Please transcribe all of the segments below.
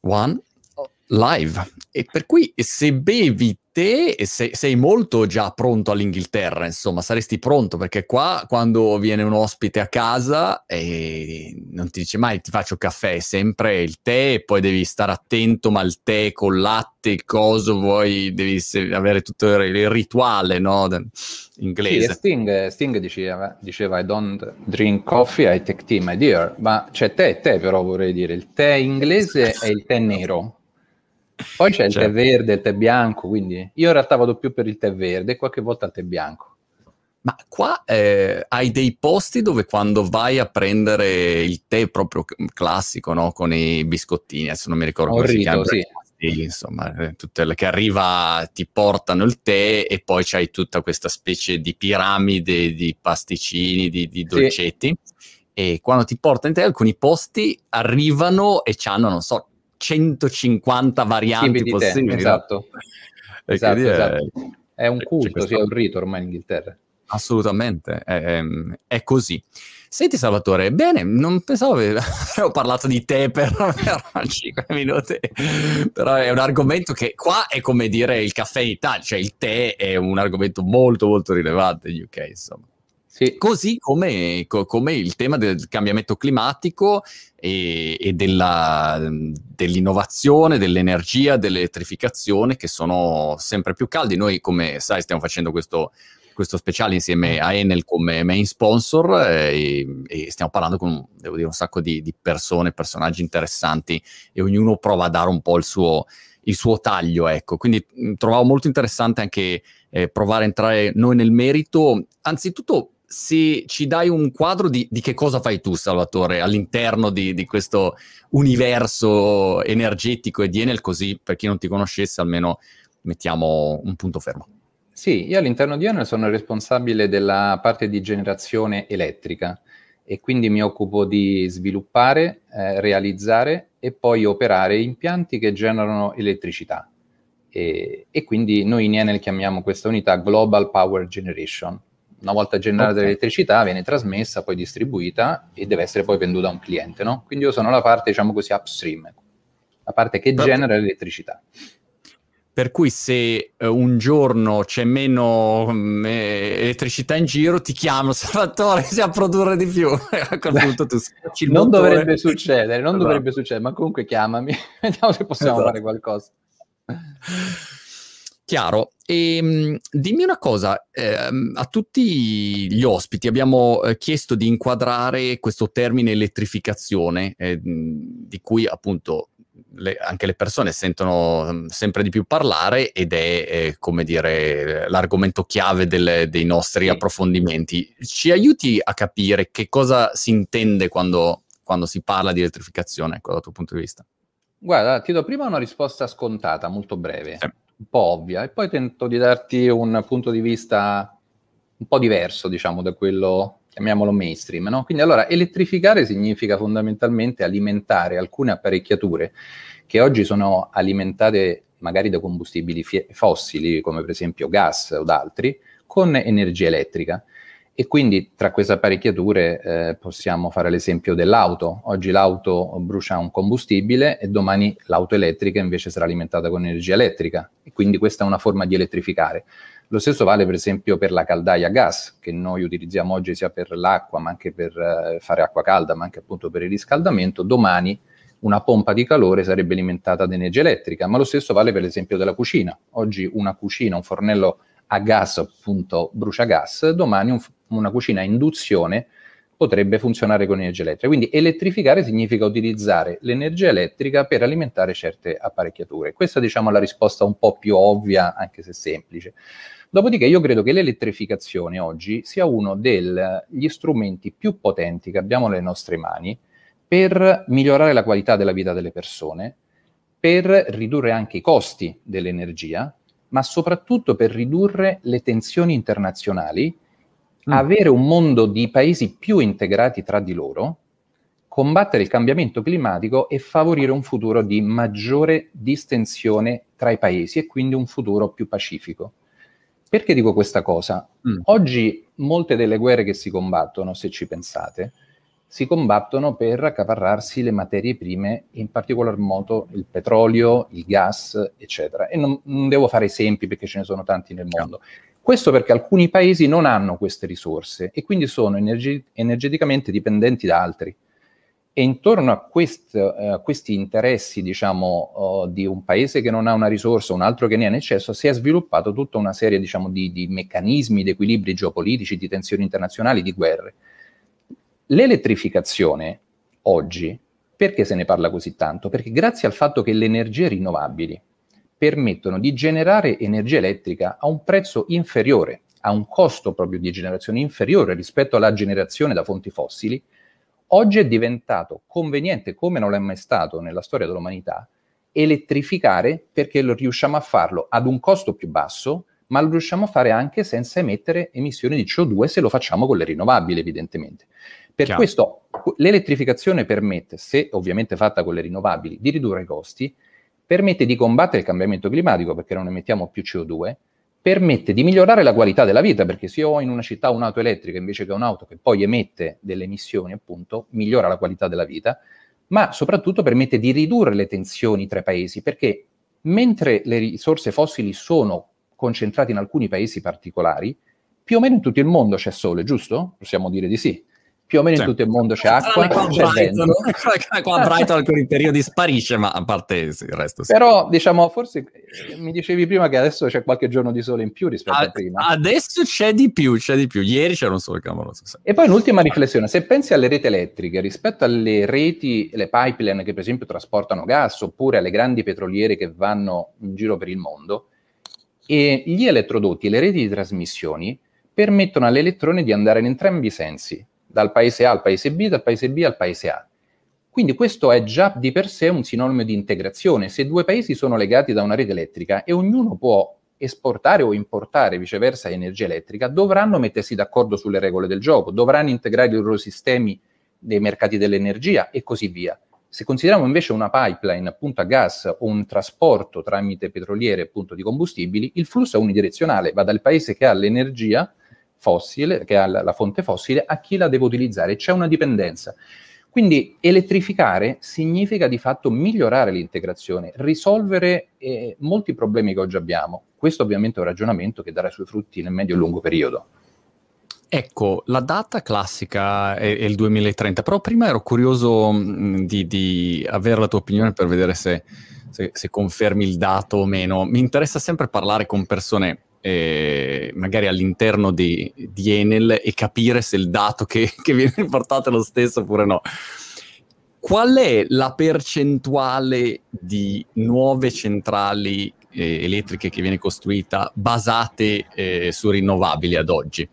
One live. E per cui se bevi tè sei molto già pronto all'Inghilterra, insomma, saresti pronto, perché qua quando viene un ospite a casa non ti dice mai ti faccio caffè, è sempre il tè, e poi devi stare attento, ma il tè col latte, il coso, devi avere tutto il rituale, no, inglese. Sì, e Sting diceva I don't drink coffee, I take tea, my dear. Ma c'è tè, però vorrei dire, il tè inglese è il tè nero. Poi c'è il tè verde, il tè bianco, quindi io in realtà vado più per il tè verde e qualche volta il tè bianco. Ma qua hai dei posti dove quando vai a prendere il tè proprio classico, no? Con i biscottini, adesso non mi ricordo come si chiama, Sì. Insomma, tutte le che arriva ti portano il tè e poi c'hai tutta questa specie di piramide di pasticcini, di dolcetti. Sì. E quando ti portano il tè, alcuni posti arrivano e c'hanno, non so, 150 varianti possibili. Esatto. No? Esatto. È un culto, è un rito ormai in Inghilterra. Assolutamente, è così. Senti Salvatore, bene, non pensavo avevo parlato di te per 5 minuti, però è un argomento che qua è come dire il caffè in Italia, cioè il tè è un argomento molto molto rilevante in UK, insomma. Sì. Così come il tema del cambiamento climatico e dell'innovazione, dell'energia, dell'elettrificazione, che sono sempre più caldi. Noi, come sai, stiamo facendo questo speciale insieme a Enel come main sponsor e stiamo parlando con, devo dire, un sacco di personaggi interessanti, e ognuno prova a dare un po' il suo taglio, ecco. Quindi trovavo molto interessante anche provare a entrare noi nel merito. Anzitutto, se ci dai un quadro di che cosa fai tu, Salvatore, all'interno di questo universo energetico e di Enel, così per chi non ti conoscesse almeno mettiamo un punto fermo. Sì, io all'interno di Enel sono responsabile della parte di generazione elettrica e quindi mi occupo di sviluppare, realizzare e poi operare impianti che generano elettricità. E quindi noi in Enel chiamiamo questa unità Global Power Generation. Una volta generata l'elettricità viene trasmessa, poi distribuita e deve essere poi venduta a un cliente, no? Quindi io sono la parte, diciamo così, upstream, la parte che genera l'elettricità. Per cui se un giorno c'è meno elettricità in giro, ti chiamo, Salvatore, a produrre di più. A quel punto tu non dovrebbe succedere, ma comunque chiamami, vediamo se possiamo fare qualcosa. Chiaro. E dimmi una cosa, a tutti gli ospiti abbiamo chiesto di inquadrare questo termine elettrificazione, di cui appunto anche le persone sentono sempre di più parlare, ed è come dire l'argomento chiave dei nostri approfondimenti. Ci aiuti a capire che cosa si intende quando si parla di elettrificazione, ecco, dal tuo punto di vista? Guarda, ti do prima una risposta scontata, molto breve, un po' ovvia, e poi tento di darti un punto di vista un po' diverso, diciamo, da quello, chiamiamolo mainstream, no? Quindi allora, elettrificare significa fondamentalmente alimentare alcune apparecchiature che oggi sono alimentate magari da combustibili fossili, come per esempio gas o altri, con energia elettrica. E quindi tra queste apparecchiature possiamo fare l'esempio dell'auto. Oggi l'auto brucia un combustibile e domani l'auto elettrica invece sarà alimentata con energia elettrica. E quindi questa è una forma di elettrificare. Lo stesso vale per esempio per la caldaia a gas, che noi utilizziamo oggi sia per l'acqua, ma anche per fare acqua calda, ma anche appunto per il riscaldamento. Domani una pompa di calore sarebbe alimentata ad energia elettrica, ma lo stesso vale per l'esempio della cucina. Oggi una cucina, un fornello a gas, appunto, brucia gas, domani una cucina a induzione potrebbe funzionare con energia elettrica. Quindi elettrificare significa utilizzare l'energia elettrica per alimentare certe apparecchiature. Questa, diciamo, è la risposta un po' più ovvia, anche se semplice. Dopodiché io credo che l'elettrificazione oggi sia uno degli strumenti più potenti che abbiamo nelle nostre mani per migliorare la qualità della vita delle persone, per ridurre anche i costi dell'energia, ma soprattutto per ridurre le tensioni internazionali, avere un mondo di paesi più integrati tra di loro, combattere il cambiamento climatico e favorire un futuro di maggiore distensione tra i paesi e quindi un futuro più pacifico. Perché dico questa cosa? Oggi molte delle guerre che si combattono, se ci pensate, si combattono per accaparrarsi le materie prime, in particolar modo il petrolio, il gas, eccetera. E non devo fare esempi perché ce ne sono tanti nel mondo. Questo perché alcuni paesi non hanno queste risorse e quindi sono energeticamente dipendenti da altri. E intorno a questi interessi, diciamo, di un paese che non ha una risorsa, un altro che ne ha in eccesso, si è sviluppato tutta una serie, diciamo, di meccanismi, di equilibri geopolitici, di tensioni internazionali, di guerre. L'elettrificazione oggi, perché se ne parla così tanto? Perché grazie al fatto che le energie rinnovabili permettono di generare energia elettrica a un prezzo inferiore, a un costo proprio di generazione inferiore rispetto alla generazione da fonti fossili, oggi è diventato conveniente, come non è mai stato nella storia dell'umanità, elettrificare perché riusciamo a farlo ad un costo più basso, ma lo riusciamo a fare anche senza emettere emissioni di CO2 se lo facciamo con le rinnovabili, evidentemente. Per questo l'elettrificazione permette, se ovviamente fatta con le rinnovabili, di ridurre i costi, permette di combattere il cambiamento climatico perché non emettiamo più CO2, permette di migliorare la qualità della vita, perché se io ho in una città un'auto elettrica invece che un'auto che poi emette delle emissioni, appunto, migliora la qualità della vita, ma soprattutto permette di ridurre le tensioni tra i paesi, perché mentre le risorse fossili sono concentrate in alcuni paesi particolari, più o meno in tutto il mondo c'è sole, giusto? Possiamo dire di sì. Più o meno in tutto il mondo c'è acqua, c'è vento. Qua Brighton alcuni periodi sparisce, ma a parte il resto sì. Però, diciamo, forse mi dicevi prima che adesso c'è qualche giorno di sole in più rispetto a prima. Adesso c'è di più. Ieri c'era un sole clamoroso. E poi un'ultima riflessione, se pensi alle reti elettriche rispetto alle reti, le pipeline che per esempio trasportano gas, oppure alle grandi petroliere che vanno in giro per il mondo, e gli elettrodotti, le reti di trasmissioni, permettono all'elettrone di andare in entrambi i sensi, dal paese A al paese B, dal paese B al paese A. Quindi questo è già di per sé un sinonimo di integrazione. Se due paesi sono legati da una rete elettrica e ognuno può esportare o importare viceversa energia elettrica, dovranno mettersi d'accordo sulle regole del gioco, dovranno integrare i loro sistemi dei mercati dell'energia e così via. Se consideriamo invece una pipeline appunto a gas o un trasporto tramite petroliere appunto di combustibili, il flusso è unidirezionale, va dal paese che ha l'energia fossile, che ha la fonte fossile, a chi la deve utilizzare. C'è una dipendenza. Quindi elettrificare significa di fatto migliorare l'integrazione, risolvere molti problemi che oggi abbiamo. Questo ovviamente è un ragionamento che darà i suoi frutti nel medio e lungo periodo. Ecco, la data classica è il 2030, però prima ero curioso di avere la tua opinione per vedere se confermi il dato o meno. Mi interessa sempre parlare con persone magari all'interno di Enel e capire se il dato che viene riportato è lo stesso oppure no. Qual è la percentuale di nuove centrali elettriche che viene costruita basate su rinnovabili ad oggi?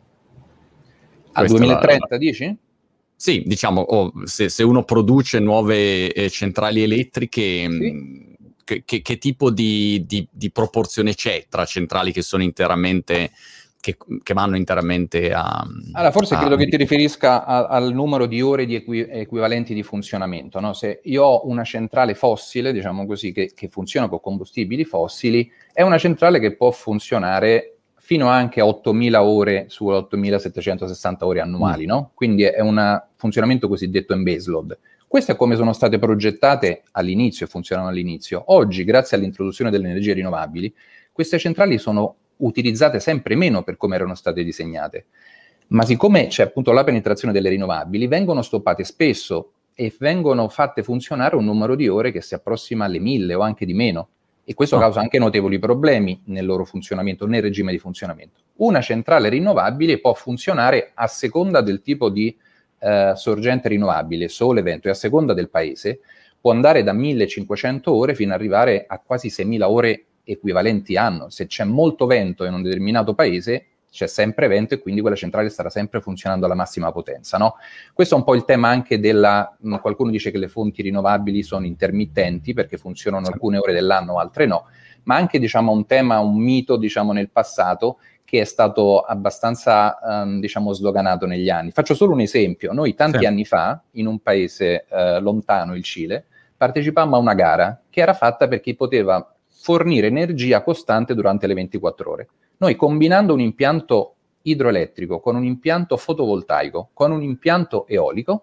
Al 2030 dici? Sì, diciamo, se uno produce nuove centrali elettriche, sì. Che tipo di proporzione c'è tra centrali che sono interamente, che vanno interamente a... Allora, forse credo che ti riferisca al numero di ore di equivalenti di funzionamento, no? Se io ho una centrale fossile, diciamo così, che funziona con combustibili fossili, è una centrale che può funzionare fino anche a 8.000 ore su 8.760 ore annuali, no? Quindi è un funzionamento cosiddetto in baseload. Queste è come sono state progettate all'inizio e funzionano all'inizio. Oggi, grazie all'introduzione delle energie rinnovabili, queste centrali sono utilizzate sempre meno per come erano state disegnate. Ma siccome c'è appunto la penetrazione delle rinnovabili, vengono stoppate spesso e vengono fatte funzionare un numero di ore che si approssima alle 1.000 o anche di meno. E questo causa anche notevoli problemi nel loro funzionamento, nel regime di funzionamento. Una centrale rinnovabile può funzionare a seconda del tipo di sorgente rinnovabile, sole, vento, e a seconda del paese, può andare da 1.500 ore fino ad arrivare a quasi 6.000 ore equivalenti anno. Se c'è molto vento in un determinato paese, c'è sempre vento e quindi quella centrale starà sempre funzionando alla massima potenza, no? Questo è un po' il tema anche qualcuno dice che le fonti rinnovabili sono intermittenti perché funzionano alcune ore dell'anno, altre no, ma anche diciamo un tema, un mito diciamo nel passato che è stato abbastanza diciamo sdoganato negli anni. Faccio solo un esempio. Noi tanti anni fa, in un paese lontano, il Cile, partecipammo a una gara che era fatta per chi poteva fornire energia costante durante le 24 ore. Noi combinando un impianto idroelettrico con un impianto fotovoltaico, con un impianto eolico,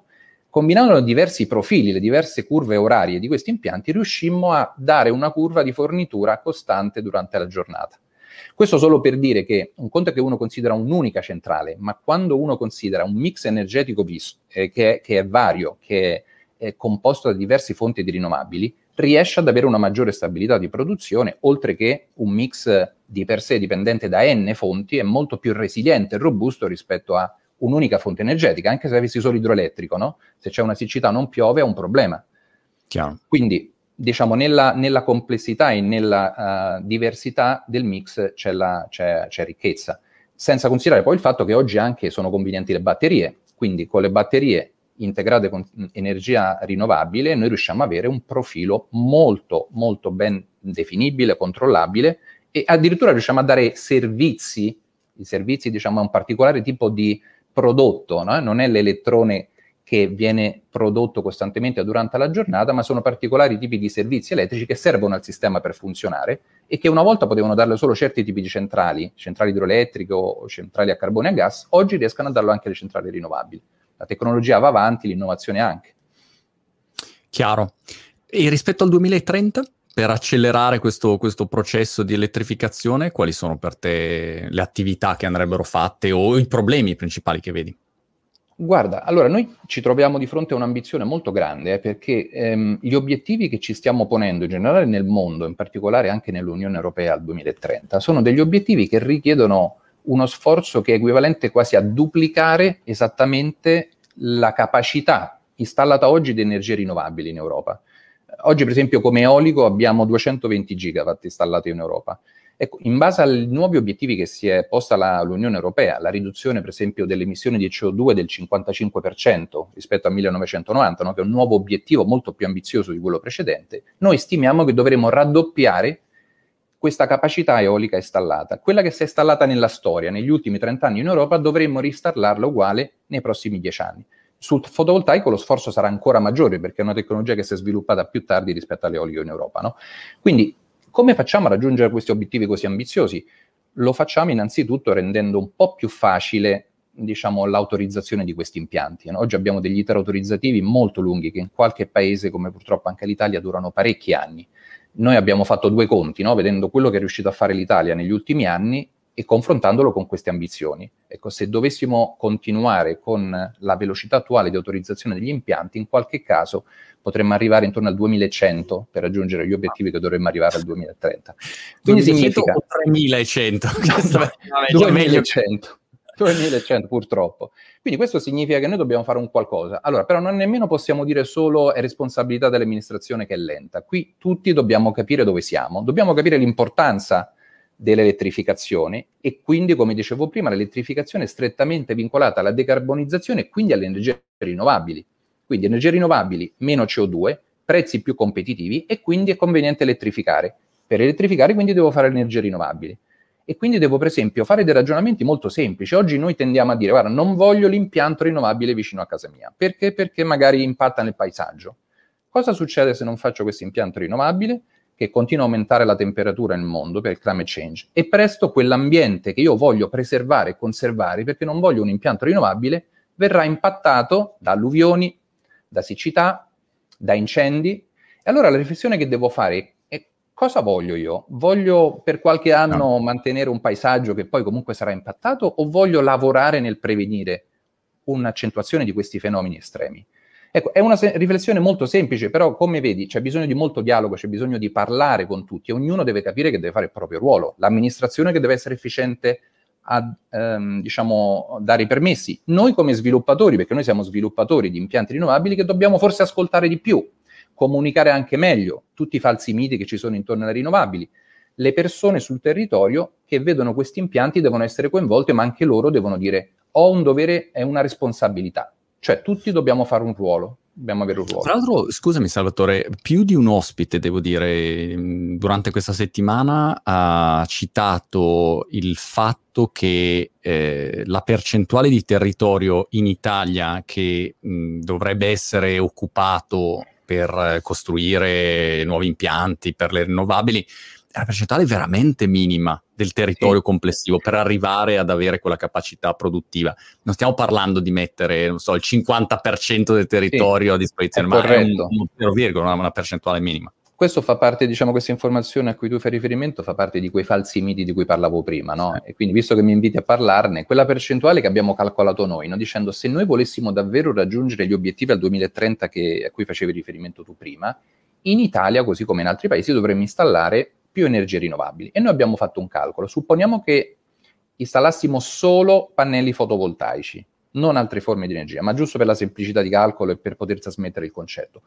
combinando diversi profili, le diverse curve orarie di questi impianti, riuscimmo a dare una curva di fornitura costante durante la giornata. Questo solo per dire che un conto è che uno considera un'unica centrale, ma quando uno considera un mix energetico che è vario, che è composto da diverse fonti di rinnovabili, riesce ad avere una maggiore stabilità di produzione, oltre che un mix di per sé dipendente da N fonti è molto più resiliente e robusto rispetto a un'unica fonte energetica, anche se avessi solo idroelettrico, no? Se c'è una siccità non piove è un problema. Chiaro. Quindi, diciamo, nella complessità e nella diversità del mix c'è ricchezza, senza considerare poi il fatto che oggi anche sono convenienti le batterie, quindi con le batterie integrate con energia rinnovabile noi riusciamo ad avere un profilo molto, molto ben definibile, controllabile, e addirittura riusciamo a dare servizi, i servizi diciamo a un particolare tipo di prodotto, no? Non è l'elettrone che viene prodotto costantemente durante la giornata, ma sono particolari tipi di servizi elettrici che servono al sistema per funzionare e che una volta potevano darlo solo certi tipi di centrali idroelettriche o centrali a carbone e a gas, oggi riescono a darlo anche alle centrali rinnovabili. La tecnologia va avanti, l'innovazione anche. Chiaro. E rispetto al 2030, per accelerare questo processo di elettrificazione, quali sono per te le attività che andrebbero fatte o i problemi principali che vedi? Guarda, allora noi ci troviamo di fronte a un'ambizione molto grande, perché gli obiettivi che ci stiamo ponendo in generale nel mondo, in particolare anche nell'Unione Europea al 2030, sono degli obiettivi che richiedono uno sforzo che è equivalente quasi a duplicare esattamente la capacità installata oggi di energie rinnovabili in Europa. Oggi, per esempio, come eolico abbiamo 220 gigawatt installati in Europa. Ecco, in base ai nuovi obiettivi che si è posta l'Unione Europea, la riduzione, per esempio, delle emissioni di CO2 del 55% rispetto al 1990, no? Che è un nuovo obiettivo molto più ambizioso di quello precedente, noi stimiamo che dovremo raddoppiare questa capacità eolica installata. Quella che si è installata nella storia, negli ultimi 30 anni in Europa, dovremmo reinstallarla uguale nei prossimi 10 anni. Sul fotovoltaico lo sforzo sarà ancora maggiore, perché è una tecnologia che si è sviluppata più tardi rispetto all'eolico in Europa, no? Quindi, come facciamo a raggiungere questi obiettivi così ambiziosi? Lo facciamo innanzitutto rendendo un po' più facile, diciamo, l'autorizzazione di questi impianti, no? Oggi abbiamo degli iter autorizzativi molto lunghi che in qualche paese, come purtroppo anche l'Italia, durano parecchi anni. Noi abbiamo fatto due conti, no? Vedendo quello che è riuscito a fare l'Italia negli ultimi anni e confrontandolo con queste ambizioni. Ecco, se dovessimo continuare con la velocità attuale di autorizzazione degli impianti, in qualche caso potremmo arrivare intorno al 2100 per raggiungere gli obiettivi che dovremmo arrivare al 2030. Quindi 2100 significa o 3100? 2100. 2100 purtroppo. Quindi questo significa che noi dobbiamo fare un qualcosa. Allora, però non nemmeno possiamo dire solo è responsabilità dell'amministrazione che è lenta. Qui tutti dobbiamo capire dove siamo, dobbiamo capire l'importanza dell'elettrificazione e quindi, come dicevo prima, l'elettrificazione è strettamente vincolata alla decarbonizzazione e quindi alle energie rinnovabili. Quindi energie rinnovabili, meno CO2, prezzi più competitivi e quindi è conveniente elettrificare. Per elettrificare quindi devo fare energie rinnovabili. E quindi devo, per esempio, fare dei ragionamenti molto semplici. Oggi noi tendiamo a dire, guarda, non voglio l'impianto rinnovabile vicino a casa mia. Perché? Perché magari impatta nel paesaggio. Cosa succede se non faccio questo impianto rinnovabile? Che continua a aumentare la temperatura nel mondo per il climate change. E presto quell'ambiente che io voglio preservare e conservare, perché non voglio un impianto rinnovabile, verrà impattato da alluvioni, da siccità, da incendi. E allora la riflessione che devo fare è: cosa voglio io? Voglio per qualche anno mantenere un paesaggio che poi comunque sarà impattato o voglio lavorare nel prevenire un'accentuazione di questi fenomeni estremi? Ecco, è una riflessione molto semplice, però come vedi c'è bisogno di molto dialogo, c'è bisogno di parlare con tutti e ognuno deve capire che deve fare il proprio ruolo. L'amministrazione che deve essere efficiente a diciamo, dare i permessi. Noi come sviluppatori, perché noi siamo sviluppatori di impianti rinnovabili, che dobbiamo forse ascoltare di più, comunicare anche meglio tutti i falsi miti che ci sono intorno alle rinnovabili. Le persone sul territorio che vedono questi impianti devono essere coinvolte, ma anche loro devono dire: ho un dovere e una responsabilità. Cioè tutti dobbiamo fare un ruolo, dobbiamo avere un ruolo. Tra l'altro, scusami Salvatore, più di un ospite, devo dire, durante questa settimana ha citato il fatto che la percentuale di territorio in Italia che dovrebbe essere occupato per costruire nuovi impianti per le rinnovabili è una percentuale veramente minima del territorio complessivo per arrivare ad avere quella capacità produttiva. Non stiamo parlando di mettere, non so, il 50% del territorio a disposizione, ma è un 0, una percentuale minima. Questo fa parte, diciamo, questa informazione a cui tu fai riferimento fa parte di quei falsi miti di cui parlavo prima, no? E quindi, visto che mi inviti a parlarne, quella percentuale che abbiamo calcolato noi, no? Dicendo, se noi volessimo davvero raggiungere gli obiettivi al 2030 a cui facevi riferimento tu prima, in Italia, così come in altri paesi, dovremmo installare più energie rinnovabili. E noi abbiamo fatto un calcolo. Supponiamo che installassimo solo pannelli fotovoltaici, non altre forme di energia, ma giusto per la semplicità di calcolo e per poter trasmettere il concetto.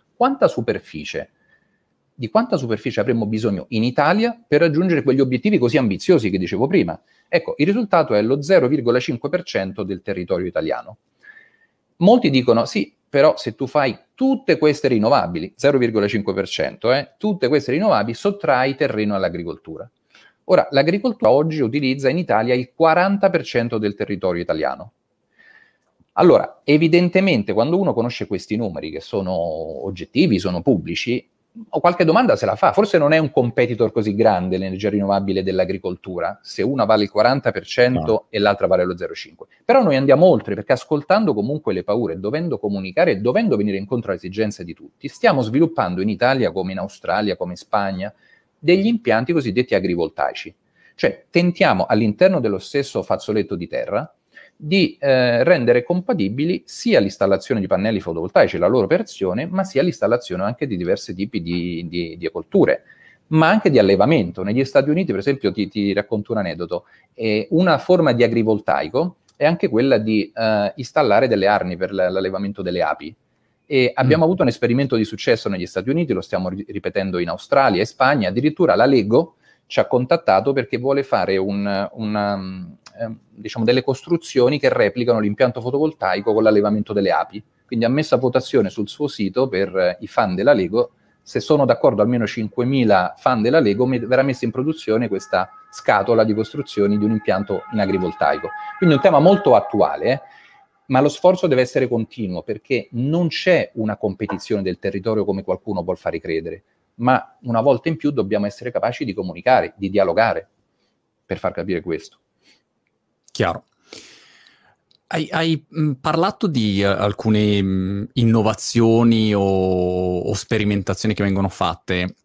Di quanta superficie avremmo bisogno in Italia per raggiungere quegli obiettivi così ambiziosi che dicevo prima? Ecco, il risultato è lo 0,5% del territorio italiano. Molti dicono, sì, però se tu fai tutte queste rinnovabili, 0,5%, tutte queste rinnovabili, sottrai terreno all'agricoltura. Ora, l'agricoltura oggi utilizza in Italia il 40% del territorio italiano. Allora, evidentemente, quando uno conosce questi numeri, che sono oggettivi, sono pubblici, qualche domanda se la fa. Forse non è un competitor così grande l'energia rinnovabile dell'agricoltura, se una vale il 40% e l'altra vale lo 0,5%. Però noi andiamo oltre, perché ascoltando comunque le paure, dovendo comunicare e dovendo venire incontro alle esigenze di tutti, stiamo sviluppando in Italia, come in Australia, come in Spagna, degli impianti cosiddetti agrivoltaici. Cioè tentiamo all'interno dello stesso fazzoletto di terra di rendere compatibili sia l'installazione di pannelli fotovoltaici, la loro operazione, ma sia l'installazione anche di diversi tipi di colture, ma anche di allevamento. Negli Stati Uniti, per esempio, ti racconto un aneddoto, una forma di agrivoltaico è anche quella di installare delle arni per l'allevamento delle api. E abbiamo avuto un esperimento di successo negli Stati Uniti, lo stiamo ripetendo in Australia e Spagna, addirittura la Lego ci ha contattato perché vuole fare diciamo delle costruzioni che replicano l'impianto fotovoltaico con l'allevamento delle api. Quindi ha messo a votazione sul suo sito per i fan della Lego, se sono d'accordo almeno 5.000 fan della Lego, verrà messa in produzione questa scatola di costruzioni di un impianto in agrivoltaico. Quindi è un tema molto attuale, ma lo sforzo deve essere continuo, perché non c'è una competizione del territorio come qualcuno vuol fare credere, ma una volta in più dobbiamo essere capaci di comunicare, di dialogare, per far capire questo. Chiaro. Hai parlato di alcune innovazioni o sperimentazioni che vengono fatte.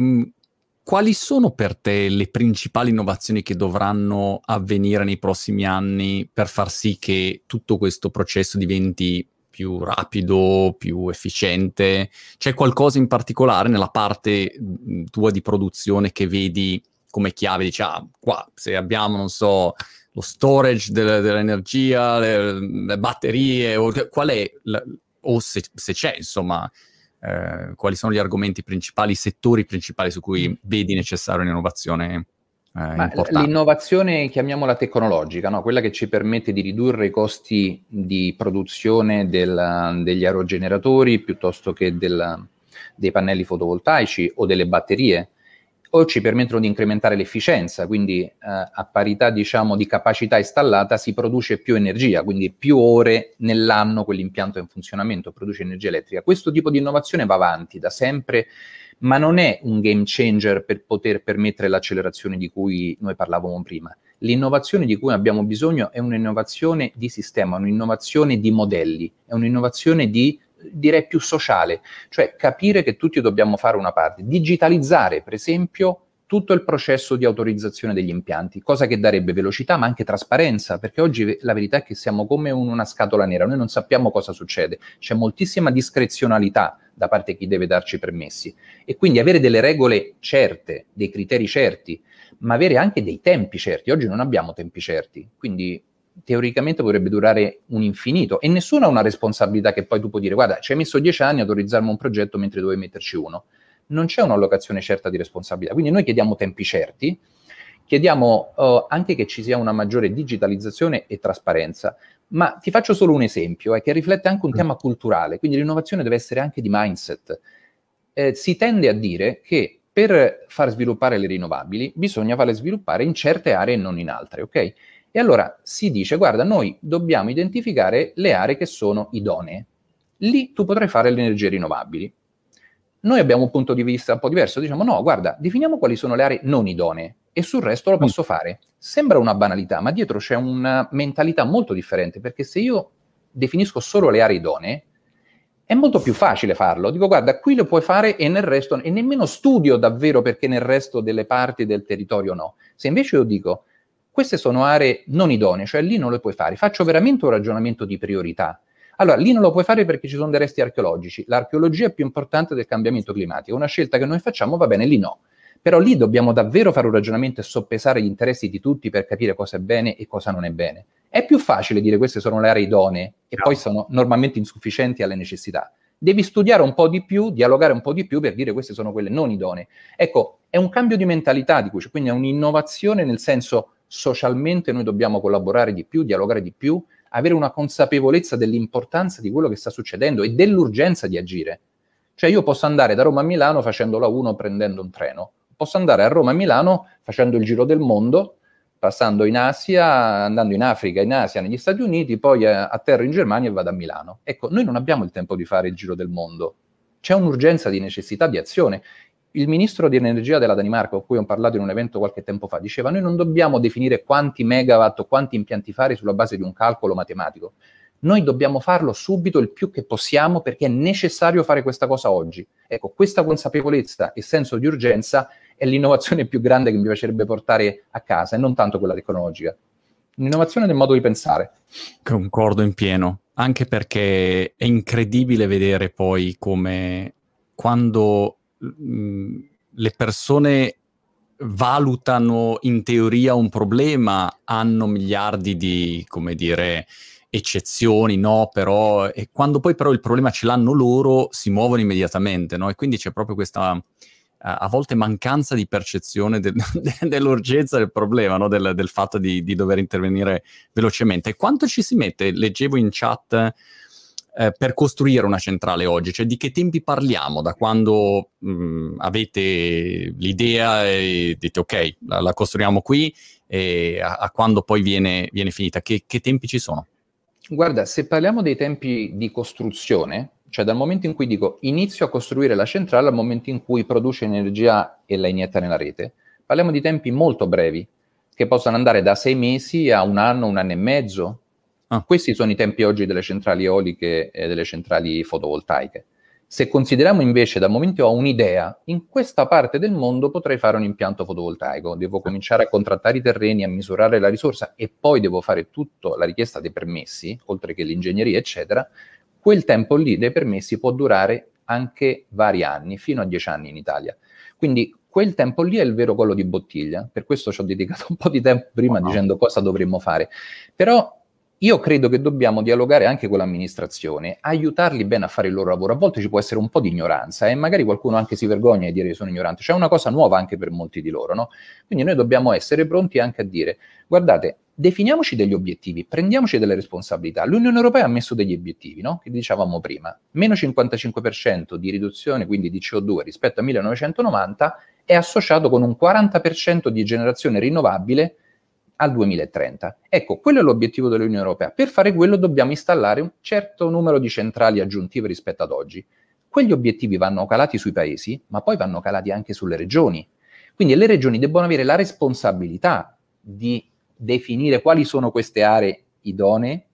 Quali sono per te le principali innovazioni che dovranno avvenire nei prossimi anni per far sì che tutto questo processo diventi più rapido, più efficiente? C'è qualcosa in particolare nella parte tua di produzione che vedi come chiave? Dici, qua se abbiamo, non so, lo storage dell'energia, le batterie, qual è, o se c'è, insomma, quali sono gli argomenti principali, i settori principali su cui vedi necessaria un'innovazione importante? L'innovazione, chiamiamola tecnologica, no? Quella che ci permette di ridurre i costi di produzione degli aerogeneratori piuttosto che dei pannelli fotovoltaici o delle batterie, o ci permettono di incrementare l'efficienza, quindi a parità, diciamo, di capacità installata si produce più energia, quindi più ore nell'anno quell'impianto è in funzionamento, produce energia elettrica. Questo tipo di innovazione va avanti da sempre, ma non è un game changer per poter permettere l'accelerazione di cui noi parlavamo prima. L'innovazione di cui abbiamo bisogno è un'innovazione di sistema, un'innovazione di modelli, è un'innovazione direi più sociale, cioè capire che tutti dobbiamo fare una parte, digitalizzare per esempio tutto il processo di autorizzazione degli impianti, cosa che darebbe velocità ma anche trasparenza, perché oggi la verità è che siamo come una scatola nera, noi non sappiamo cosa succede, c'è moltissima discrezionalità da parte di chi deve darci permessi e quindi avere delle regole certe, dei criteri certi, ma avere anche dei tempi certi. Oggi non abbiamo tempi certi, quindi teoricamente potrebbe durare un infinito e nessuno ha una responsabilità che poi tu puoi dire guarda ci hai messo 10 anni a autorizzarmi un progetto mentre dovevi metterci uno. Non c'è un'allocazione certa di responsabilità, quindi noi chiediamo tempi certi, chiediamo anche che ci sia una maggiore digitalizzazione e trasparenza, ma ti faccio solo un esempio che riflette anche un tema culturale, quindi l'innovazione deve essere anche di mindset. Si tende a dire che per far sviluppare le rinnovabili bisogna farle sviluppare in certe aree e non in altre, ok? E allora si dice, guarda, noi dobbiamo identificare le aree che sono idonee. Lì tu potrai fare le energie rinnovabili. Noi abbiamo un punto di vista un po' diverso, diciamo no, guarda, definiamo quali sono le aree non idonee. e sul resto lo posso fare. Sembra una banalità, ma dietro c'è una mentalità molto differente, perché se io definisco solo le aree idonee, è molto più facile farlo. Dico, guarda, qui lo puoi fare e nel resto, e nemmeno studio davvero perché nel resto delle parti del territorio no. Se invece io dico, queste sono aree non idonee, cioè lì non le puoi fare, faccio veramente un ragionamento di priorità. Allora, lì non lo puoi fare perché ci sono dei resti archeologici. L'archeologia è più importante del cambiamento climatico. Una scelta che noi facciamo, va bene, lì no. Però lì dobbiamo davvero fare un ragionamento e soppesare gli interessi di tutti per capire cosa è bene e cosa non è bene. È più facile dire queste sono le aree idonee e poi sono normalmente insufficienti alle necessità. Devi studiare un po' di più, dialogare un po' di più per dire queste sono quelle non idonee. Ecco, è un cambio di mentalità di cui c'è, quindi è un'innovazione nel senso socialmente noi dobbiamo collaborare di più, dialogare di più, avere una consapevolezza dell'importanza di quello che sta succedendo e dell'urgenza di agire. Cioè io posso andare da Roma a Milano facendo la 1 prendendo un treno, posso andare a Roma a Milano facendo il giro del mondo, passando in Asia, andando in Africa, in Asia, negli Stati Uniti, poi atterro in Germania e vado a Milano. Ecco, noi non abbiamo il tempo di fare il giro del mondo. C'è un'urgenza di necessità di azione. Il ministro di energia della Danimarca, con cui ho parlato in un evento qualche tempo fa, diceva noi non dobbiamo definire quanti megawatt o quanti impianti fare sulla base di un calcolo matematico. Noi dobbiamo farlo subito il più che possiamo perché è necessario fare questa cosa oggi. Ecco, questa consapevolezza e senso di urgenza è l'innovazione più grande che mi piacerebbe portare a casa e non tanto quella tecnologica. L'innovazione del modo di pensare. Concordo in pieno, anche perché è incredibile vedere poi come quando le persone valutano in teoria un problema, hanno miliardi di, come dire, eccezioni, no, però, e quando poi però il problema ce l'hanno loro, si muovono immediatamente, no? E quindi c'è proprio questa a volte mancanza di percezione dell'urgenza del problema, no? Del fatto di dover intervenire velocemente. E quanto ci si mette, leggevo in chat, per costruire una centrale oggi? Cioè di che tempi parliamo? Da quando avete l'idea e dite ok, la costruiamo qui, e a quando poi viene finita? Che tempi ci sono? Guarda, se parliamo dei tempi di costruzione, cioè dal momento in cui dico inizio a costruire la centrale al momento in cui produce energia e la inietta nella rete, parliamo di tempi molto brevi, che possono andare da 6 mesi a un anno e mezzo. Questi sono i tempi oggi delle centrali eoliche e delle centrali fotovoltaiche. Se consideriamo invece dal momento che ho un'idea, in questa parte del mondo potrei fare un impianto fotovoltaico, devo cominciare a contrattare i terreni, a misurare la risorsa e poi devo fare tutta la richiesta dei permessi, oltre che l'ingegneria, eccetera. Quel tempo lì dei permessi può durare anche vari anni, fino a 10 anni in Italia. Quindi quel tempo lì è il vero collo di bottiglia, per questo ci ho dedicato un po' di tempo prima dicendo cosa dovremmo fare. Però io credo che dobbiamo dialogare anche con l'amministrazione, aiutarli bene a fare il loro lavoro. A volte ci può essere un po' di ignoranza e magari qualcuno anche si vergogna di dire che sono ignorante. C'è una cosa nuova anche per molti di loro, no? Quindi noi dobbiamo essere pronti anche a dire, guardate, definiamoci degli obiettivi, prendiamoci delle responsabilità. L'Unione Europea ha messo degli obiettivi, no? Che dicevamo prima, meno 55% di riduzione, quindi di CO2 rispetto al 1990, è associato con un 40% di generazione rinnovabile al 2030. Ecco, quello è l'obiettivo dell'Unione Europea. Per fare quello dobbiamo installare un certo numero di centrali aggiuntive rispetto ad oggi. Quegli obiettivi vanno calati sui paesi, ma poi vanno calati anche sulle regioni. Quindi le regioni debbono avere la responsabilità di definire quali sono queste aree idonee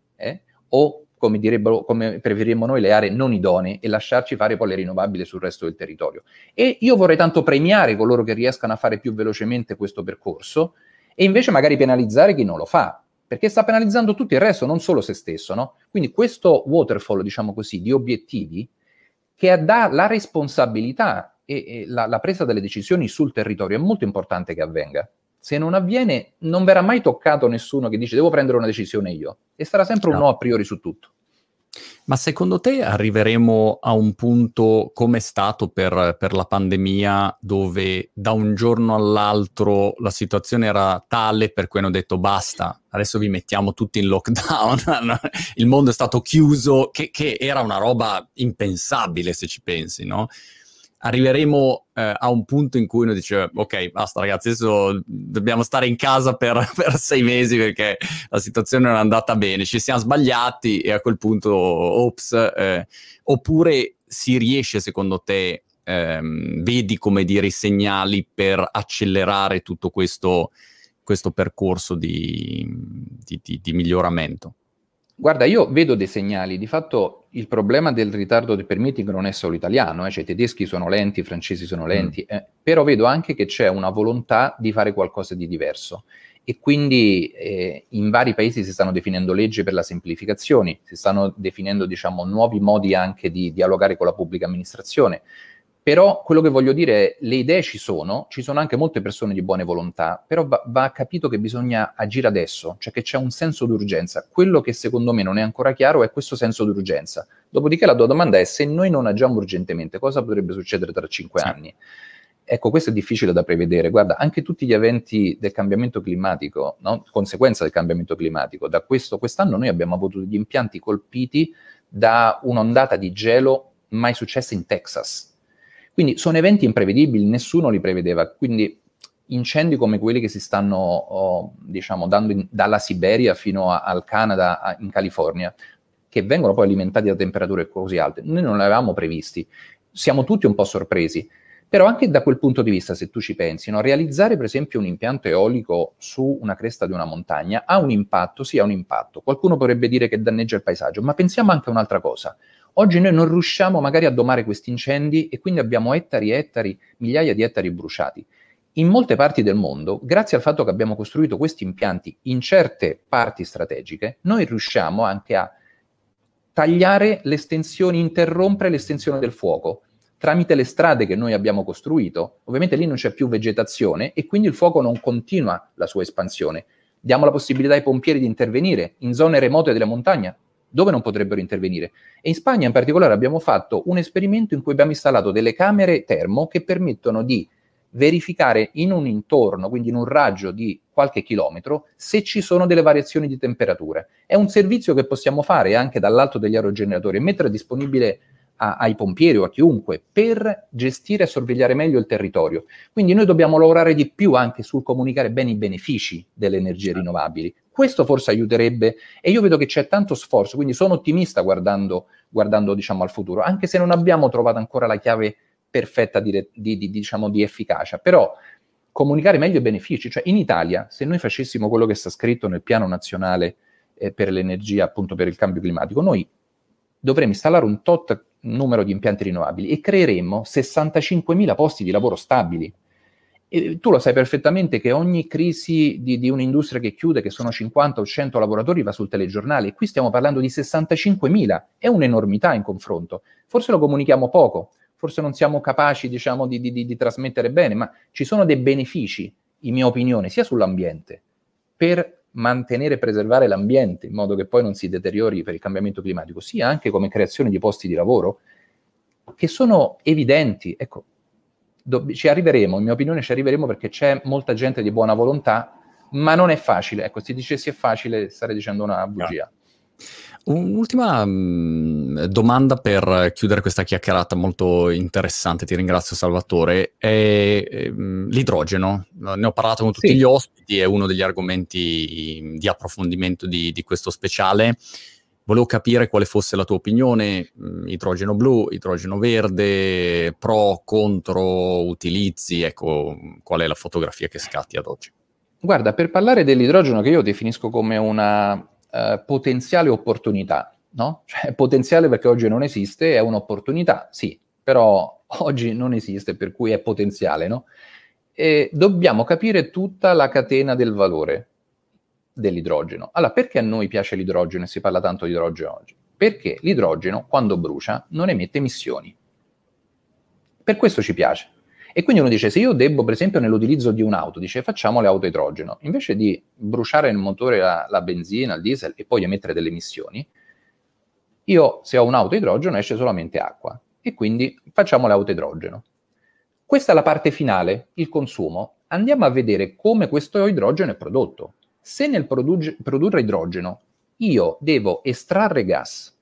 o, come preferiremmo noi, le aree non idonee e lasciarci fare poi le rinnovabili sul resto del territorio. E io vorrei tanto premiare coloro che riescano a fare più velocemente questo percorso e invece magari penalizzare chi non lo fa, perché sta penalizzando tutto il resto, non solo se stesso, no? Quindi questo waterfall, diciamo così, di obiettivi che dà la responsabilità e la presa delle decisioni sul territorio è molto importante che avvenga. Se non avviene, non verrà mai toccato nessuno che dice devo prendere una decisione io, e sarà sempre un no a priori su tutto. Ma secondo te arriveremo a un punto come è stato per la pandemia, dove da un giorno all'altro la situazione era tale per cui hanno detto basta, adesso vi mettiamo tutti in lockdown, il mondo è stato chiuso, che era una roba impensabile se ci pensi, no? Arriveremo a un punto in cui uno dice ok, basta ragazzi, adesso dobbiamo stare in casa per 6 mesi perché la situazione non è andata bene, ci siamo sbagliati e a quel punto ops, oppure si riesce secondo te vedi, come dire, i segnali per accelerare tutto questo percorso di miglioramento? Guarda, io vedo dei segnali. Di fatto il problema del ritardo del permitting non è solo italiano, cioè i tedeschi sono lenti, i francesi sono lenti, però vedo anche che c'è una volontà di fare qualcosa di diverso. E quindi in vari paesi si stanno definendo leggi per la semplificazione, si stanno definendo, diciamo, nuovi modi anche di dialogare con la pubblica amministrazione. Però quello che voglio dire è, le idee ci sono anche molte persone di buone volontà, però va capito che bisogna agire adesso, cioè che c'è un senso d'urgenza. Quello che secondo me non è ancora chiaro è questo senso d'urgenza. Dopodiché la tua domanda è, se noi non agiamo urgentemente, cosa potrebbe succedere tra 5 anni? Ecco, questo è difficile da prevedere. Guarda, anche tutti gli eventi del cambiamento climatico, no? Conseguenza del cambiamento climatico, da quest'anno noi abbiamo avuto degli impianti colpiti da un'ondata di gelo mai successa in Texas. Quindi sono eventi imprevedibili, nessuno li prevedeva, quindi incendi come quelli che si stanno diciamo, dando dalla Siberia fino al Canada, in California, che vengono poi alimentati da temperature così alte, noi non li avevamo previsti, siamo tutti un po' sorpresi, però anche da quel punto di vista, se tu ci pensi, no, realizzare per esempio un impianto eolico su una cresta di una montagna ha un impatto, sì ha un impatto, qualcuno potrebbe dire che danneggia il paesaggio, ma pensiamo anche a un'altra cosa. Oggi noi non riusciamo magari a domare questi incendi e quindi abbiamo ettari e ettari, migliaia di ettari bruciati. In molte parti del mondo, grazie al fatto che abbiamo costruito questi impianti in certe parti strategiche, noi riusciamo anche a tagliare l'estensione, interrompere l'estensione del fuoco tramite le strade che noi abbiamo costruito. Ovviamente lì non c'è più vegetazione e quindi il fuoco non continua la sua espansione. Diamo la possibilità ai pompieri di intervenire in zone remote della montagna, dove non potrebbero intervenire. E in Spagna in particolare abbiamo fatto un esperimento in cui abbiamo installato delle camere termo che permettono di verificare in un intorno, quindi in un raggio di qualche chilometro, se ci sono delle variazioni di temperatura. È un servizio che possiamo fare anche dall'alto degli aerogeneratori e mettere disponibile ai pompieri o a chiunque per gestire e sorvegliare meglio il territorio. Quindi noi dobbiamo lavorare di più anche sul comunicare bene i benefici delle energie rinnovabili. Questo forse aiuterebbe, e io vedo che c'è tanto sforzo, quindi sono ottimista guardando diciamo, al futuro, anche se non abbiamo trovato ancora la chiave perfetta diciamo, di efficacia, però comunicare meglio i benefici, cioè in Italia, se noi facessimo quello che sta scritto nel piano nazionale per l'energia, appunto per il cambio climatico, noi dovremmo installare un tot numero di impianti rinnovabili e creeremmo 65.000 posti di lavoro stabili. E tu lo sai perfettamente che ogni crisi di un'industria che chiude, che sono 50 o 100 lavoratori, va sul telegiornale. E qui stiamo parlando di 65.000, è un'enormità in confronto. Forse lo comunichiamo poco, forse non siamo capaci, diciamo, di trasmettere bene, ma ci sono dei benefici, in mia opinione, sia sull'ambiente, per mantenere e preservare l'ambiente in modo che poi non si deteriori per il cambiamento climatico, sia anche come creazione di posti di lavoro, che sono evidenti. Ecco, ci arriveremo, in mia opinione ci arriveremo, perché c'è molta gente di buona volontà, ma non è facile. Ecco, se dicessi è facile, starei dicendo una bugia. Un'ultima domanda per chiudere questa chiacchierata molto interessante, ti ringrazio Salvatore, è l'idrogeno. Ne ho parlato con tutti gli ospiti, è uno degli argomenti di approfondimento di questo speciale. Volevo capire quale fosse la tua opinione, idrogeno blu, idrogeno verde, pro, contro, utilizzi, ecco, qual è la fotografia che scatti ad oggi? Guarda, per parlare dell'idrogeno, che io definisco come una potenziale opportunità, no? Cioè potenziale perché oggi non esiste, è un'opportunità, sì, però oggi non esiste, per cui è potenziale, no? E dobbiamo capire tutta la catena del valore dell'idrogeno. Allora, perché a noi piace l'idrogeno e si parla tanto di idrogeno oggi? Perché l'idrogeno, quando brucia, non emette emissioni. Per questo ci piace. E quindi uno dice, se io debbo, per esempio, nell'utilizzo di un'auto, dice facciamo le auto a idrogeno, invece di bruciare nel motore la benzina, il diesel e poi emettere delle emissioni, io, se ho un'auto a idrogeno, esce solamente acqua. E quindi facciamo le auto a idrogeno. Questa è la parte finale, il consumo. Andiamo a vedere come questo idrogeno è prodotto. Se nel produrre idrogeno io devo estrarre gas,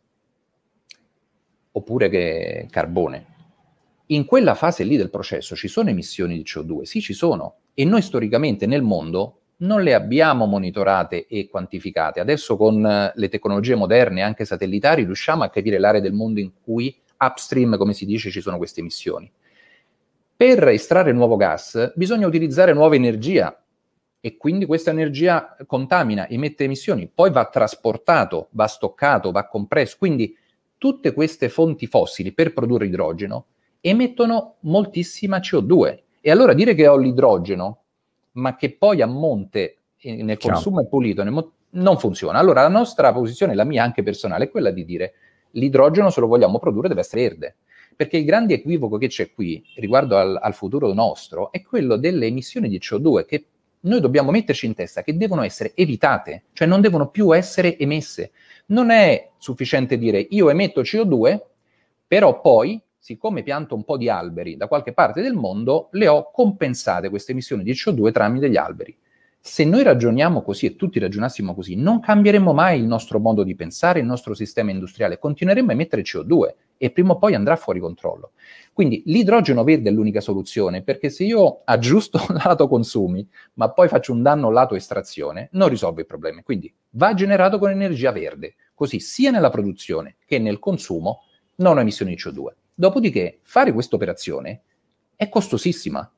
oppure che carbone, in quella fase lì del processo ci sono emissioni di CO2? Sì, ci sono. E noi storicamente nel mondo non le abbiamo monitorate e quantificate. Adesso con le tecnologie moderne, anche satellitari, riusciamo a capire l'area del mondo in cui upstream, come si dice, ci sono queste emissioni. Per estrarre nuovo gas bisogna utilizzare nuova energia e quindi questa energia contamina, emette emissioni, poi va trasportato, va stoccato, va compresso. Quindi tutte queste fonti fossili per produrre idrogeno emettono moltissima CO2. E allora dire che ho l'idrogeno, ma che poi a monte nel consumo è pulito, non funziona. Allora la nostra posizione, la mia anche personale, è quella di dire l'idrogeno, se lo vogliamo produrre, deve essere verde. Perché il grande equivoco che c'è qui, riguardo al futuro nostro, è quello delle emissioni di CO2, che noi dobbiamo metterci in testa che devono essere evitate, cioè non devono più essere emesse. Non è sufficiente dire io emetto CO2, però poi, siccome pianto un po' di alberi da qualche parte del mondo, le ho compensate queste emissioni di CO2 tramite gli alberi. Se noi ragioniamo così e tutti ragionassimo così, non cambieremo mai il nostro modo di pensare, il nostro sistema industriale, continueremo a emettere CO2 e prima o poi andrà fuori controllo. Quindi l'idrogeno verde è l'unica soluzione, perché se io aggiusto lato consumi, ma poi faccio un danno lato estrazione, non risolvo i problemi. Quindi va generato con energia verde, così sia nella produzione che nel consumo non ho emissioni di CO2. Dopodiché fare questa operazione è costosissima.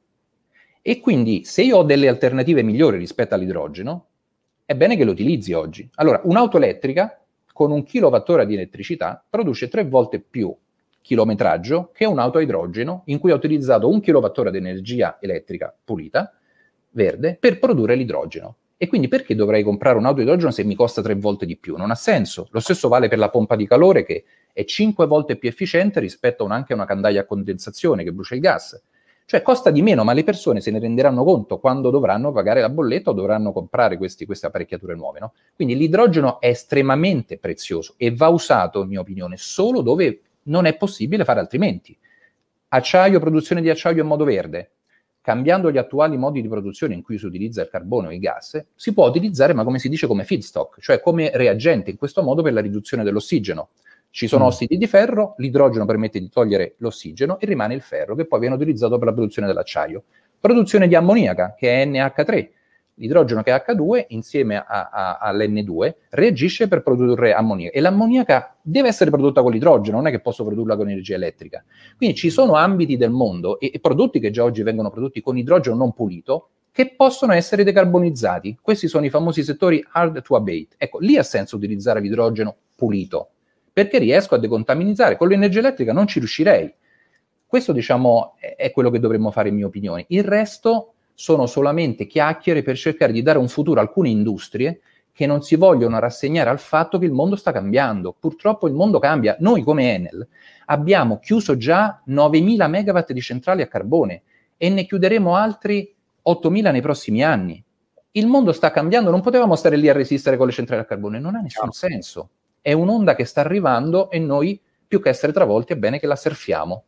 E quindi se io ho delle alternative migliori rispetto all'idrogeno, è bene che lo utilizzi oggi. Allora, un'auto elettrica con 1 kWh di elettricità produce 3 volte più chilometraggio che un'auto a idrogeno in cui ho utilizzato 1 kWh di energia elettrica pulita, verde, per produrre l'idrogeno. E quindi perché dovrei comprare un'auto a idrogeno se mi costa 3 volte di più? Non ha senso. Lo stesso vale per la pompa di calore, che è 5 volte più efficiente rispetto anche a una candaia a condensazione che brucia il gas. Cioè costa di meno, ma le persone se ne renderanno conto quando dovranno pagare la bolletta o dovranno comprare queste apparecchiature nuove, no? Quindi l'idrogeno è estremamente prezioso e va usato, in mia opinione, solo dove non è possibile fare altrimenti. Acciaio, produzione di acciaio in modo verde. Cambiando gli attuali modi di produzione in cui si utilizza il carbone o il gas, si può utilizzare, ma come si dice, come feedstock, cioè come reagente, in questo modo per la riduzione dell'ossigeno. Ci sono ossidi di ferro, l'idrogeno permette di togliere l'ossigeno e rimane il ferro, che poi viene utilizzato per la produzione dell'acciaio. Produzione di ammoniaca, che è NH3. L'idrogeno, che è H2, insieme all'N2, reagisce per produrre ammoniaca. E l'ammoniaca deve essere prodotta con l'idrogeno, non è che posso produrla con energia elettrica. Quindi ci sono ambiti del mondo e prodotti che già oggi vengono prodotti con idrogeno non pulito, che possono essere decarbonizzati. Questi sono i famosi settori hard to abate. Ecco, lì ha senso utilizzare l'idrogeno pulito, perché riesco a decontaminizzare. Con l'energia elettrica non ci riuscirei. Questo, diciamo, è quello che dovremmo fare, in mia opinione. Il resto sono solamente chiacchiere per cercare di dare un futuro a alcune industrie che non si vogliono rassegnare al fatto che il mondo sta cambiando. Purtroppo il mondo cambia. Noi come Enel abbiamo chiuso già 9.000 megawatt di centrali a carbone e ne chiuderemo altri 8.000 nei prossimi anni. Il mondo sta cambiando, non potevamo stare lì a resistere con le centrali a carbone, non ha nessun senso. È un'onda che sta arrivando e noi, più che essere travolti, è bene che la surfiamo.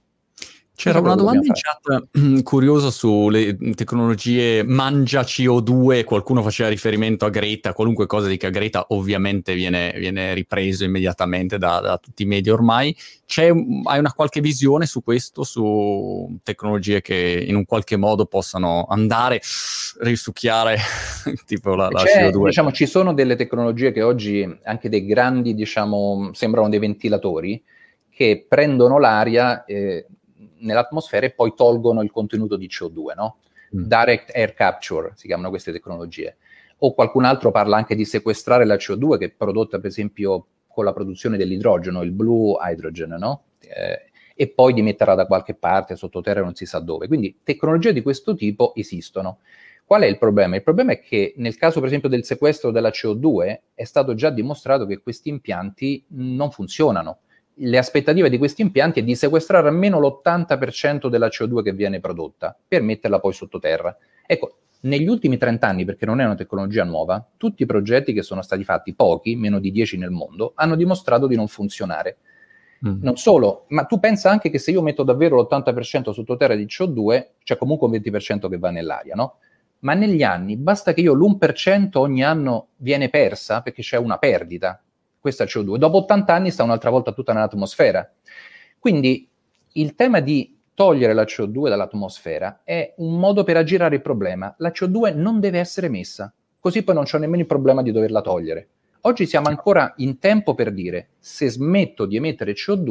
C'era una domanda in chat curiosa sulle tecnologie mangia CO2, qualcuno faceva riferimento a Greta, qualunque cosa dica Greta ovviamente viene ripreso immediatamente da tutti i media ormai. Hai una qualche visione su questo, su tecnologie che in un qualche modo possano andare, risucchiare tipo la CO2? Diciamo, ci sono delle tecnologie che oggi, anche dei grandi, diciamo, sembrano dei ventilatori, che prendono l'aria nell'atmosfera e poi tolgono il contenuto di CO2, no? Direct Air Capture si chiamano queste tecnologie. O qualcun altro parla anche di sequestrare la CO2 che è prodotta per esempio con la produzione dell'idrogeno, il blue hydrogen, no? E poi di metterla da qualche parte sottoterra, non si sa dove. Quindi tecnologie di questo tipo esistono. Qual è il problema? Il problema è che nel caso per esempio del sequestro della CO2 è stato già dimostrato che questi impianti non funzionano. Le aspettative di questi impianti è di sequestrare almeno l'80% della CO2 che viene prodotta per metterla poi sottoterra. Ecco, negli ultimi 30 anni, perché non è una tecnologia nuova, tutti i progetti che sono stati fatti, pochi, meno di 10 nel mondo, hanno dimostrato di non funzionare. Non solo, ma tu pensa anche che se io metto davvero l'80% sottoterra di CO2, c'è comunque un 20% che va nell'aria, no? Ma negli anni basta che io l'1% ogni anno viene persa, perché c'è una perdita. Questa CO2, dopo 80 anni sta un'altra volta tutta nell'atmosfera. Quindi il tema di togliere la CO2 dall'atmosfera è un modo per aggirare il problema. La CO2 non deve essere messa, così poi non c'è nemmeno il problema di doverla togliere. Oggi siamo ancora in tempo per dire, se smetto di emettere CO2,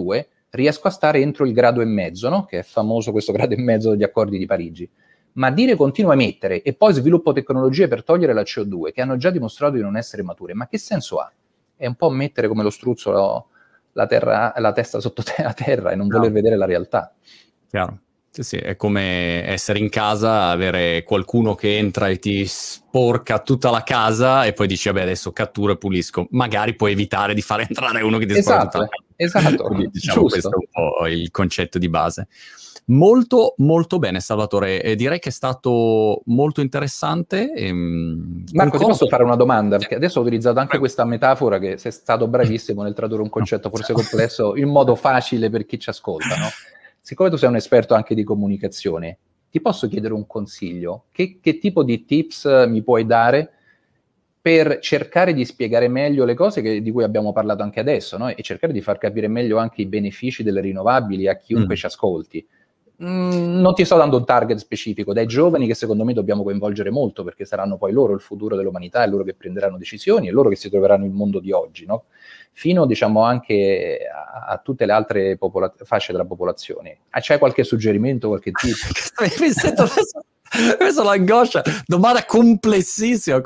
riesco a stare entro il 1,5 gradi, no? Che è famoso questo 1,5 gradi degli accordi di Parigi. Ma dire continuo a emettere e poi sviluppo tecnologie per togliere la CO2 che hanno già dimostrato di non essere mature, ma che senso ha? È un po' mettere come lo struzzo la testa sotto la terra e non voler vedere la realtà. Chiaro. Sì, sì, è come essere in casa, avere qualcuno che entra e ti sporca tutta la casa e poi dici, vabbè, adesso catturo e pulisco. Magari puoi evitare di far entrare uno che ti sporca tutta la casa. Esatto, quindi, diciamo, questo è un po' il concetto di base. Molto, molto bene, Salvatore. Direi che è stato molto interessante. Marco, ti posso fare una domanda? Perché adesso ho utilizzato anche questa metafora, che sei stato bravissimo nel tradurre un concetto forse complesso in modo facile per chi ci ascolta, no? Siccome tu sei un esperto anche di comunicazione, ti posso chiedere un consiglio? Che tipo di tips mi puoi dare per cercare di spiegare meglio le cose di cui abbiamo parlato anche adesso, no? E cercare di far capire meglio anche i benefici delle rinnovabili a chiunque ci ascolti? Non ti sto dando un target specifico, dai giovani che secondo me dobbiamo coinvolgere molto, perché saranno poi loro il futuro dell'umanità, è loro che prenderanno decisioni, è loro che si troveranno il mondo di oggi, no? Fino, diciamo, anche a tutte le altre fasce della popolazione. C'hai qualche suggerimento, qualche tip? Mi sento adesso l'angoscia, domanda complessissima.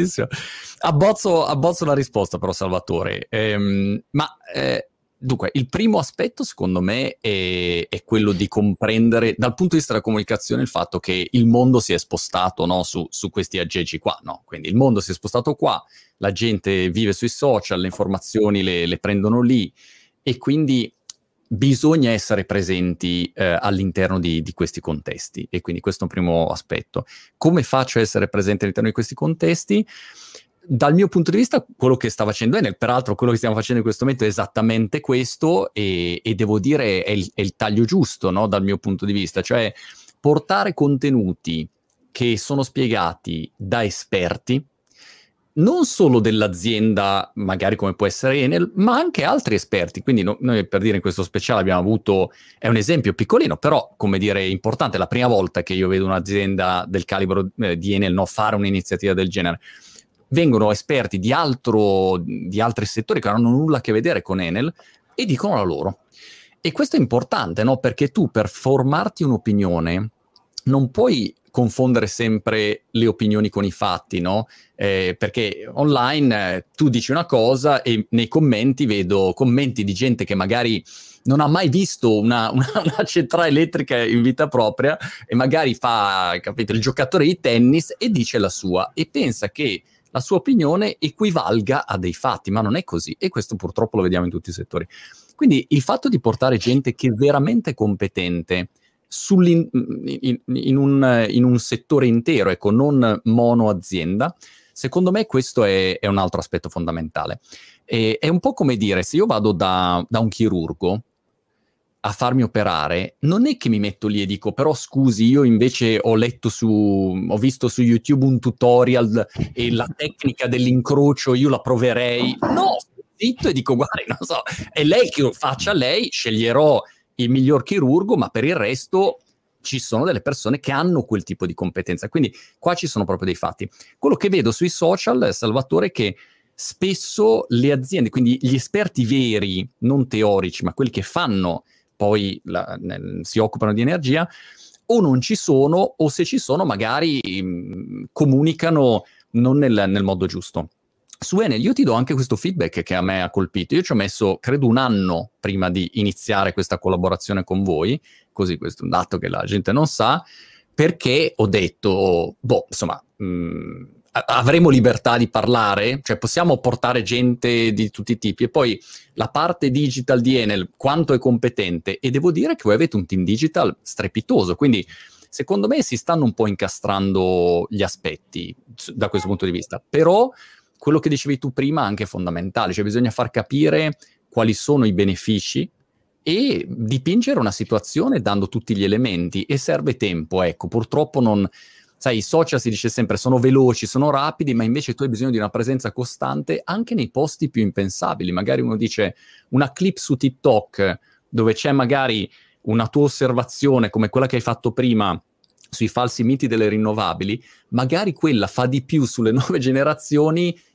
Abbozzo la risposta però, Salvatore. Dunque, il primo aspetto secondo me è quello di comprendere dal punto di vista della comunicazione il fatto che il mondo si è spostato, no, su questi aggeggi qua, no? Quindi il mondo si è spostato qua, la gente vive sui social, le informazioni le prendono lì e quindi bisogna essere presenti all'interno di questi contesti, e quindi questo è un primo aspetto. Come faccio a essere presente all'interno di questi contesti? Dal mio punto di vista, quello che sta facendo Enel, peraltro quello che stiamo facendo in questo momento è esattamente questo, e devo dire è il taglio giusto, no? Dal mio punto di vista, cioè portare contenuti che sono spiegati da esperti, non solo dell'azienda, magari come può essere Enel, ma anche altri esperti. Quindi noi, per dire, in questo speciale abbiamo avuto, è un esempio piccolino, però, come dire, importante, è la prima volta che io vedo un'azienda del calibro di Enel, no, fare un'iniziativa del genere. Vengono esperti di altri settori che non hanno nulla a che vedere con Enel e dicono la loro. E questo è importante, no? Perché tu, per formarti un'opinione, non puoi confondere sempre le opinioni con i fatti, no? Perché online tu dici una cosa e nei commenti vedo commenti di gente che magari non ha mai visto una centrale elettrica in vita propria e magari fa, capito, il giocatore di tennis e dice la sua e pensa che la sua opinione equivalga a dei fatti, ma non è così, e questo purtroppo lo vediamo in tutti i settori. Quindi il fatto di portare gente che è veramente competente in un settore intero, ecco, non mono azienda, secondo me questo è un altro aspetto fondamentale. È un po' come dire, se io vado da un chirurgo a farmi operare, non è che mi metto lì e dico, però scusi, io invece ho visto su YouTube un tutorial e la tecnica dell'incrocio io la proverei. No, zitto e dico, guardi, non so, è lei che lo faccia lei, sceglierò il miglior chirurgo, ma per il resto ci sono delle persone che hanno quel tipo di competenza. Quindi qua ci sono proprio dei fatti. Quello che vedo sui social, Salvatore, è che spesso le aziende, quindi gli esperti veri, non teorici, ma quelli che fanno poi si occupano di energia, o non ci sono, o se ci sono magari comunicano non nel modo giusto. Su Enel io ti do anche questo feedback che a me ha colpito. Io ci ho messo, credo, 1 anno prima di iniziare questa collaborazione con voi, questo è un dato che la gente non sa, perché ho detto, insomma, avremo libertà di parlare, cioè possiamo portare gente di tutti i tipi, e poi la parte digital di Enel quanto è competente, e devo dire che voi avete un team digital strepitoso, quindi secondo me si stanno un po' incastrando gli aspetti da questo punto di vista, però quello che dicevi tu prima è anche fondamentale, cioè bisogna far capire quali sono i benefici e dipingere una situazione dando tutti gli elementi, e serve tempo, ecco, purtroppo non... Sai, i social si dice sempre sono veloci, sono rapidi, ma invece tu hai bisogno di una presenza costante anche nei posti più impensabili. Magari uno dice una clip su TikTok dove c'è magari una tua osservazione come quella che hai fatto prima sui falsi miti delle rinnovabili, magari quella fa di più sulle nuove generazioni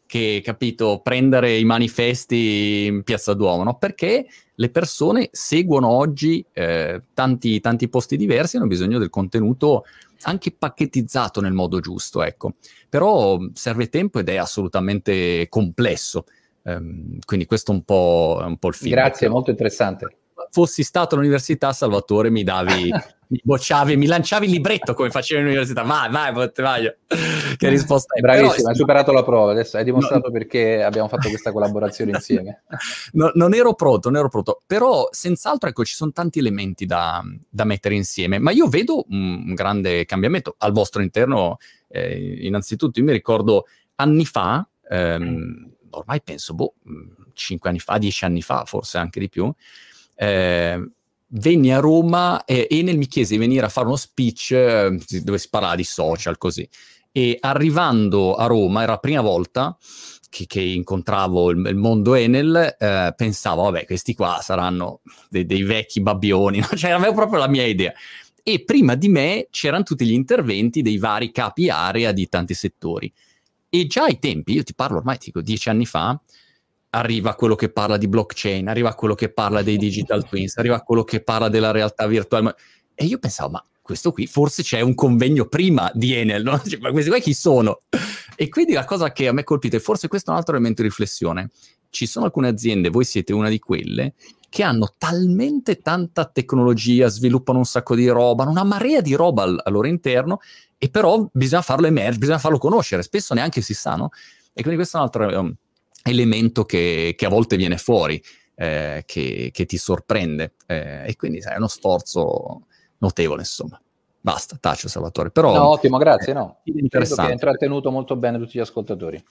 che, capito, prendere i manifesti in Piazza Duomo, no? Perché le persone seguono oggi tanti posti diversi, hanno bisogno del contenuto anche pacchettizzato nel modo giusto, ecco. Però serve tempo ed è assolutamente complesso. Quindi questo è un po' il feedback. Grazie, molto interessante. Fossi stato all'università, Salvatore, mi bocciavi, mi lanciavi il libretto come facevi all'università. Vai. Che risposta è? Bravissimo, Però, hai superato la prova, adesso hai dimostrato perché abbiamo fatto questa collaborazione insieme. Non ero pronto, però senz'altro, ecco, ci sono tanti elementi da mettere insieme, ma io vedo un grande cambiamento al vostro interno. Innanzitutto io mi ricordo anni fa, ormai penso 5 anni fa, 10 anni fa, forse anche di più, venni a Roma e Enel mi chiese di venire a fare uno speech dove si parlava di social, così. E arrivando a Roma, era la prima volta che incontravo il mondo Enel, pensavo, vabbè, questi qua saranno dei vecchi babbioni, no? Cioè, avevo proprio la mia idea. E prima di me c'erano tutti gli interventi dei vari capi area di tanti settori. E già ai tempi, io ti parlo ormai, ti dico, 10 anni fa, arriva quello che parla di blockchain, arriva quello che parla dei digital twins, arriva quello che parla della realtà virtuale. E io pensavo, ma questo qui forse c'è un convegno prima di Enel, no? Cioè, ma questi qua chi sono? E quindi la cosa che a me colpite, e forse questo è un altro elemento di riflessione, ci sono alcune aziende, voi siete una di quelle, che hanno talmente tanta tecnologia, sviluppano un sacco di roba, una marea di roba al loro interno, e però bisogna farlo emergere, bisogna farlo conoscere, spesso neanche si sa, no? E quindi questo è un altro elemento che a volte viene fuori, che ti sorprende, e quindi sai, è uno sforzo notevole, insomma. Basta, taccio, Salvatore. Però, no, ottimo, grazie. No. Credo che hai intrattenuto molto bene tutti gli ascoltatori.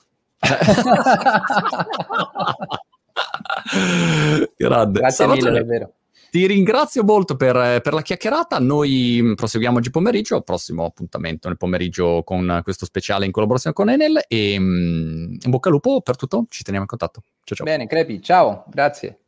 Grande. Grazie Salvatore, mille, davvero. Ti ringrazio molto per la chiacchierata. Noi proseguiamo oggi pomeriggio, prossimo appuntamento nel pomeriggio con questo speciale in collaborazione con Enel, e in bocca al lupo per tutto, ci teniamo in contatto. Ciao ciao. Bene, Crepi, ciao, grazie.